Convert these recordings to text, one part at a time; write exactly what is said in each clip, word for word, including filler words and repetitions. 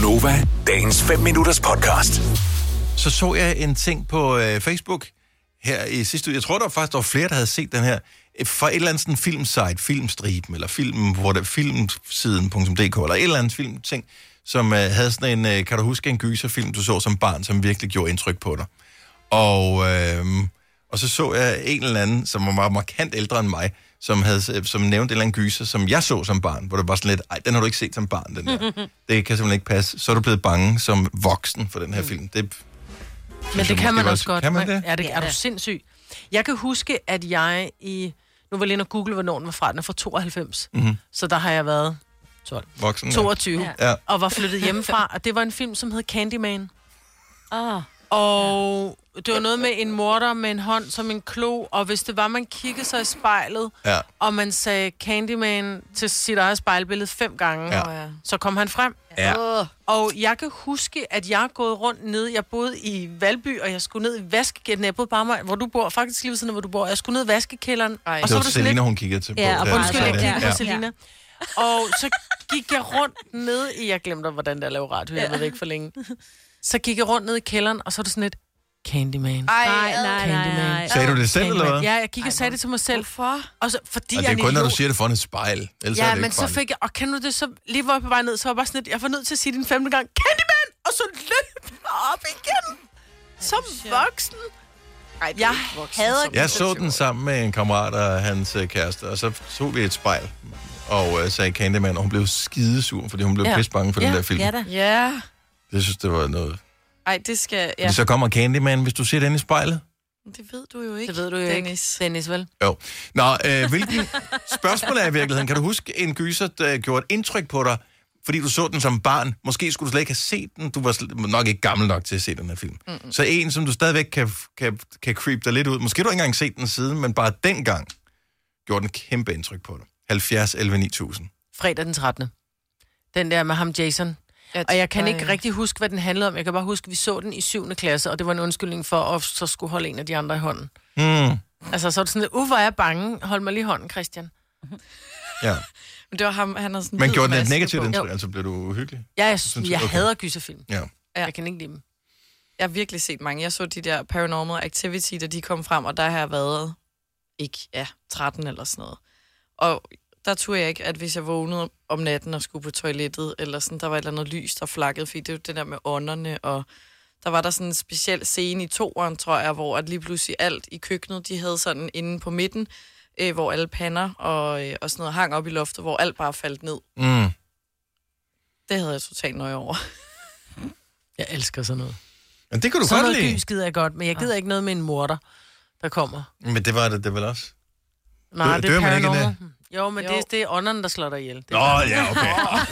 Gonova, dagens fem minutters podcast. Så så jeg en ting på øh, Facebook her i sidste uge. Jeg tror, der var faktisk der var flere, der havde set den her. Fra et eller andet sådan filmsite, Filmstriben, eller film, hvor der filmsiden punktum d k, eller et eller andet filmting, som øh, havde sådan en, øh, kan du huske en gyserfilm, du så som barn, som virkelig gjorde indtryk på dig. Og, øh, og så så jeg en eller anden, som var meget markant ældre end mig, som havde som nævnte en eller anden gyser, som jeg så som barn, hvor det var sådan lidt, ej, den har du ikke set som barn, den der. Det kan simpelthen ikke passe. Så er du blevet bange som voksen for den her film. Det, Men det kan man også godt. Kan man det? Ja, det er du sindssyg. Jeg kan huske, at jeg i... Nu var jeg lige at google, hvornår den var fra. Den er fra tooghalvfems. Mm-hmm. Så der har jeg været tolv. Voksen, toogtyve. Ja. Og var flyttet hjemmefra. Og det var en film, som hed Candyman. Ah. Og det var noget med en morder med en hånd som en klo. Og hvis det var, man kiggede sig i spejlet, ja. og man sagde Candyman til sit eget spejlbillede fem gange, ja. så kom han frem. Ja. Og jeg kan huske, at jeg er gået rundt ned. Jeg boede i Valby, og jeg skulle ned i vaskekælderen. Jeg boede bare mig, hvor du bor, faktisk lige ved siden af, hvor du bor. Jeg skulle ned i vaskekælderen. Ej. Og så det var det Selina, lidt... hun kiggede til. Ja, og undskyld, jeg kiggede ja. på Selina. Og så gik jeg rundt ned i... Jeg glemte, hvordan der laver radio. Jeg ved ikke for længe. Så gik jeg rundt ned i kælderen, og så er det sådan et Candyman. Ej, nej, nej, Candyman. nej. Sagde du det selv, eller hvad? Ja, jeg gik og sagde det til mig selv. Hvorfor? Og så, fordi og det jeg er kun, når du siger det foran et spejl. Ellers ja, er det men så fik jeg... Og kan du det så... Lige hvor jeg på vej ned, så var jeg bare sådan lidt... Jeg var nødt til at sige den femte gang. Candyman! Og så løb jeg op igen. Som voksen. Ej, jeg hader... Jeg så den sammen med en kammerat og hans uh, kæreste, og så tog vi et spejl og uh, sagde Candyman, og hun blev skidesur, fordi hun blev ja. pisse bange for ja. den der film. Ja, da. Ja. Det synes, det var noget... Ej, det skal... Ja. Fordi så kommer Candyman, hvis du ser den i spejlet. Det ved du jo ikke, Det ved du jo Dennis. ikke. Dennis, vel? Jo. Nå, øh, hvilken spørgsmål er i virkeligheden? Kan du huske en gyser, der gjorde et indtryk på dig, fordi du så den som barn? Måske skulle du slet ikke have set den. Du var nok ikke gammel nok til at se den her film. Mm-mm. Så en, som du stadigvæk kan, kan, kan creep dig lidt ud. Måske du ikke engang set den siden, men bare dengang gjorde den kæmpe indtryk på dig. halvfjerds elleve ni tusind. Fredag den trettende. Den der med ham, Jason. Jeg og jeg kan ikke ja. rigtig huske, hvad den handlede om. Jeg kan bare huske, at vi så den i syvende klasse, og det var en undskyldning for, at så skulle holde en af de andre i hånden. Mm. Altså, så er det sådan lidt, uh, hvor er jeg bange. Hold mig lige i hånden, Christian. Ja. Men det var ham, han har sådan... Men gjorde den et negativt indtryk? Altså, blev du uhyggelig? Ja, jeg, synes, jeg okay. hader gyserfilm. Ja. Jeg kan ikke lide dem. Jeg har virkelig set mange. Jeg så de der Paranormal Activity, da de kom frem, og der har jeg været, ikke, ja, tretten eller sådan noget. Og der turde jeg ikke, at hvis jeg vågnede om natten og skulle på toilettet, eller sådan, der var et eller andet lys, der flakkede, fordi det er jo det der med ånderne, og der var der sådan en speciel scene i toeren, tror jeg, hvor at lige pludselig alt i køkkenet, de havde sådan inde på midten, øh, hvor alle pander og, øh, og sådan noget hang op i loftet, hvor alt bare faldt ned. Mm. Det havde jeg totalt nøje over. Jeg elsker sådan noget. Men det kan du sådan godt lide. Sådan noget gider jeg godt, men jeg gider ja. ikke noget med en morder, der kommer. Men det var det, det vel også? Nej, Dø, det er paranormal. Jo, men jo. det, det er ånderne, der slår dig ihjel. Nå, ja, okay.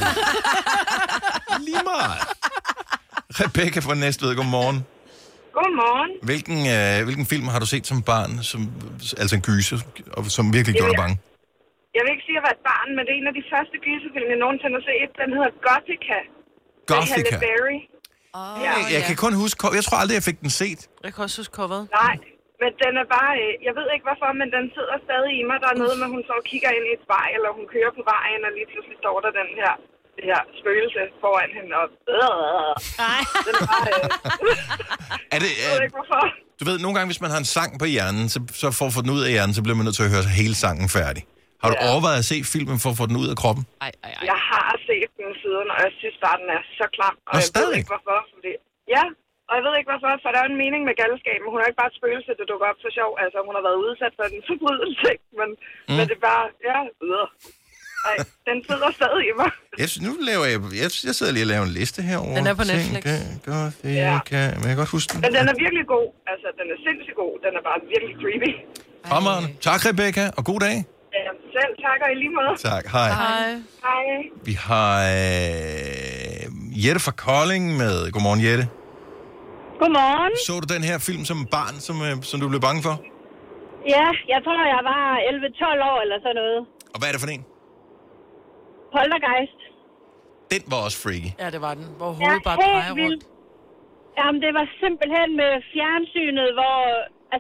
Lige meget. Rebecca fra Næstved, godmorgen. Godmorgen. Hvilken, øh, hvilken film har du set som barn, som, altså en gyser, og som virkelig gjorde dig bange? Jeg vil ikke sige, at jeg var et barn, men det er en af de første gyserfilm, jeg nogensinde har set. Den hedder Gothica. Gothica? Berry. Oh, ja. Jeg, jeg kan kun huske, jeg tror aldrig, jeg fik den set. Jeg kan også huske coveret. Nej, men den er bare, jeg ved ikke hvorfor, men den sidder stadig i mig. Der er noget med, at hun så kigger ind i et spejl, eller hun kører på vejen, og lige pludselig står der den her, det her spøgelse foran hende, og Nej. Den er bare, øh... er det, jeg ved ikke hvorfor. Du ved, nogle gange, hvis man har en sang på hjernen, så, så for at få den ud af hjernen, så bliver man nødt til at høre hele sangen færdig. Har du ja. overvejet at se filmen for at få den ud af kroppen? Ej, ej, ej. Jeg har set den siden, og jeg synes bare, den er så klam. Og Nå, jeg stadig? ved ikke hvorfor. Fordi... Ja, og jeg ved ikke hvorfor, for der er en mening med galskaben. Hun er ikke bare et spøgelse, der dukker op for sjov. Altså, hun har været udsat for den forbrydelse, men, mm. men det er bare, ja, videre. Ej, den sidder stadig i mig. Jeg, nu laver jeg, jeg, jeg sidder lige og laver en liste herovre. Den er på Netflix. Godt, det ja. kan, men jeg kan godt huske den. Men den er virkelig god. Altså, den er sindssygt god. Den er bare virkelig creepy. Fremragende. Tak, Rebecca, og god dag. Ja, selv tak, og i lige måde. Tak, hej. Hej. Hej. Vi har øh, Jette fra Kolding med. Godmorgen, Jette. Godmorgen. Så du den her film som barn, som, øh, som du blev bange for? Ja, jeg tror, jeg var elleve tolv år eller sådan noget. Og hvad er det for en? Poltergeist. Den var også freaky. Ja, det var den. Hvor hovedet ja, bare drejer rundt. Jamen, det var simpelthen med fjernsynet, hvor... Altså, jeg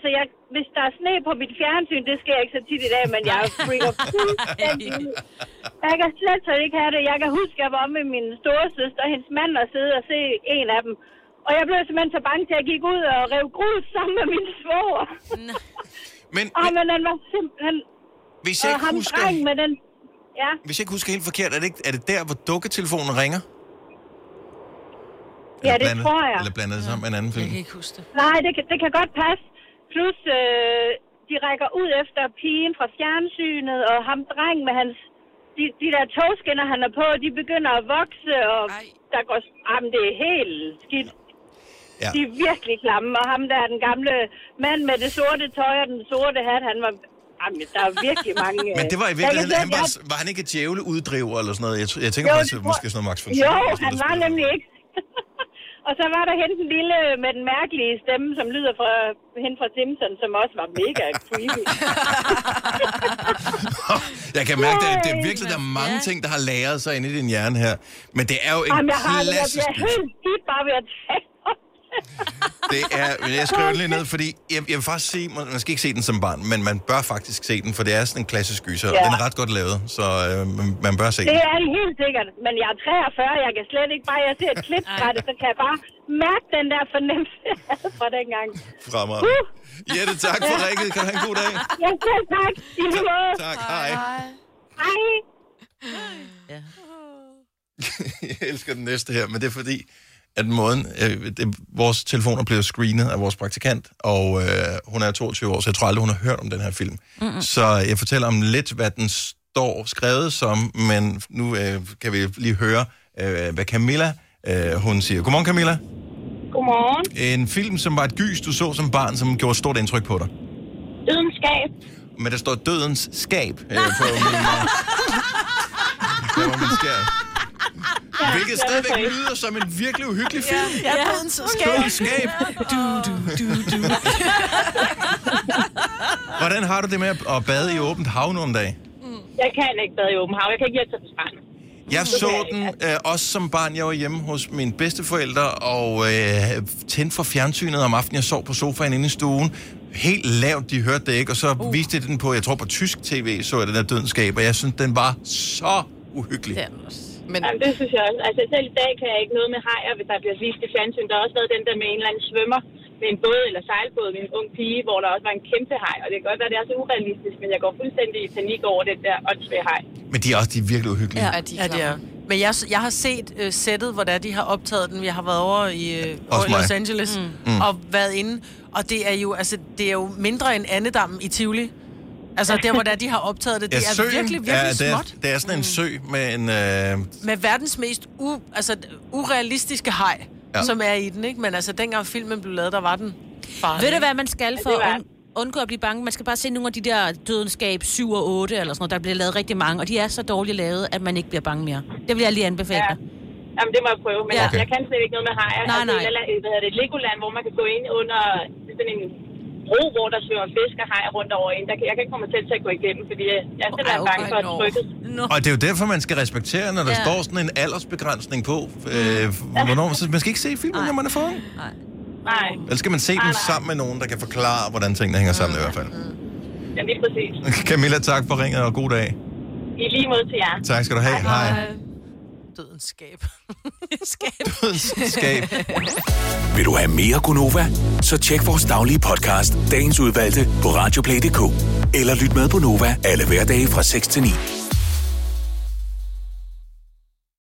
hvis der er sne på mit fjernsyn, det sker ikke så tit i dag, men jeg freaker fuldstændig ud. Jeg kan slet slet ikke have det. Jeg kan huske, at jeg var med min storesøster og hendes mand og sidde og se en af dem. Og jeg blev simpelthen så bange til, at jeg gik ud og rev grus sammen med min svoger. Men, og, men den var simpelthen... Hvis jeg, ikke husker, med den, ja. hvis jeg ikke husker helt forkert, er det, ikke, er det der, hvor dukketelefonen ringer? Ja, det blandet, tror jeg. Eller blandet sammen med en anden film? Jeg kan ikke huske det. Nej, det kan, det kan godt passe. Plus, øh, de rækker ud efter pigen fra fjernsynet, og ham dreng med hans... De, de der togskinner, han er på, de begynder at vokse, og Ej. der går... Jamen, det er helt skidt. Ja. De er virkelig klamme, og ham der, den gamle mand med det sorte tøj og den sorte hat, han var... Jamen, der er virkelig mange... Men det var i virkeligheden, han var, var han ikke et djævleuddriver eller sådan noget? Jeg, jeg tænker jo, faktisk, tror... måske sådan noget Max von Jo, han var nemlig ikke. Og så var der hende den lille med den mærkelige stemme, som lyder fra hende fra Simpson, som også var mega creepy. Jeg kan mærke, at det er virkelig, der er mange ting, der har lagret sig inde i din hjerne her. Men det er jo en Jamen, jeg har, klassisk... Jeg bliver helt skidt bare ved at tale om det er, jeg skriver den lige ned, fordi jeg, jeg vil faktisk sige, man skal ikke se den som barn, men man bør faktisk se den, for det er sådan en klassisk gyser, ja. Og den er ret godt lavet, så øh, man, man bør se det den. Det er det helt sikkert, men jeg er treogfyrre, jeg kan slet ikke bare, jeg ser et klip fra det, så kan jeg bare mærke den der fornemmelse fra dengang. Fremragende. Uh. Jette, tak for ringet. Kan du have en god dag? Ja, selv tak. I lige måde. Tak, hej. Hej. Ja. Jeg elsker den næste her, men det er fordi, at måden, øh, det, vores telefoner bliver screenet af vores praktikant, og øh, hun er toogtyve år, så jeg tror aldrig, hun har hørt om den her film. Mm-hmm. Så jeg fortæller om lidt, hvad den står skrevet som, men nu øh, kan vi lige høre, øh, hvad Camilla, øh, hun siger. Godmorgen, Camilla. Godmorgen. En film, som var et gys, du så som barn, som gjorde et stort indtryk på dig. Dødens skab. Men der står Dødens skab øh, på min, øh, min skærm. Ja, hvilket stadigvæk lyder som en virkelig uhyggelig film. Ja, ja. Dødens skab. Dødens skab. Du, du, du, du. Hvordan har du det med at bade i åbent hav nogle dage? Jeg kan ikke bade i åbent hav. Jeg kan ikke hjælpe til stranden. Jeg så den øh, også som barn. Jeg var hjemme hos mine bedsteforældre og øh, tændte for fjernsynet om aftenen. Jeg sov på sofaen inde i stuen. Helt lavt, de hørte det ikke. Og så uh. viste den på, jeg tror på tysk tv, så jeg den der Dødens skab. Og jeg synes, den var så uhyggelig. Ja. Men... Jamen, det synes jeg også. Altså, selv i dag kan jeg ikke noget med hajer, hvis der bliver vist i fjernsyn. Der har også været den der med en eller anden svømmer med en båd eller sejlbåd med en ung pige, hvor der også var en kæmpe haj. Og det kan godt være, det er så urealistisk, men jeg går fuldstændig i panik over den der åndssvage haj. Men de er også de er virkelig uhyggelige. Ja, de er. Ja, de er. Men jeg, jeg har set uh, sættet, hvor der de har optaget den. Jeg har været over i uh, Los Angeles mm. Mm. og været inde. Og det er jo, altså, det er jo mindre end andedammen i Tivoli. Altså der, hvor der, de har optaget det, det ja, er søen, virkelig, virkelig ja, det er, småt. Det er sådan en sø med en... Øh... Med verdens mest u, altså, urealistiske haj, ja. Som er i den, ikke? Men altså, dengang filmen blev lavet, der var den farlig. Ved du, hvad man skal for at und- undgå at blive bange? Man skal bare se nogle af de der Dødenskab syv og otte, eller sådan noget, der bliver lavet rigtig mange, og de er så dårligt lavet, at man ikke bliver bange mere. Det vil jeg lige anbefale dig. Ja. Jamen, det må jeg prøve, men ja. okay. jeg kan slet ikke noget med hajer. Nej, nej. Altså, hvad hedder det, Legoland, hvor man kan gå ind under sådan en... bro, hvor der svømmer fisk og hajer rundt over en. Der kan, jeg kan ikke komme selv til at gå igennem, fordi jeg, jeg er simpelthen okay, bange for at trykke. No. Og det er jo derfor, man skal respektere, når der ja. står sådan en aldersbegrænsning på. Øh, hvornår, man skal ikke se filmen, når man er for ung. Nej. Nej. Eller skal man se den sammen med nogen, der kan forklare, hvordan tingene hænger sammen mm. i hvert fald. Ja, lige præcis. Camilla, tak for ringet, og god dag. I lige måde til jer. Tak skal du have. Hej. Hej. Dødens skab. skab. Dødens skab. Vil du have mere Gunova? Så tjek vores daglige podcast, dagens udvalgte, på radioplay punktum d k. Eller lyt med på Nova alle hverdage fra seks til ni.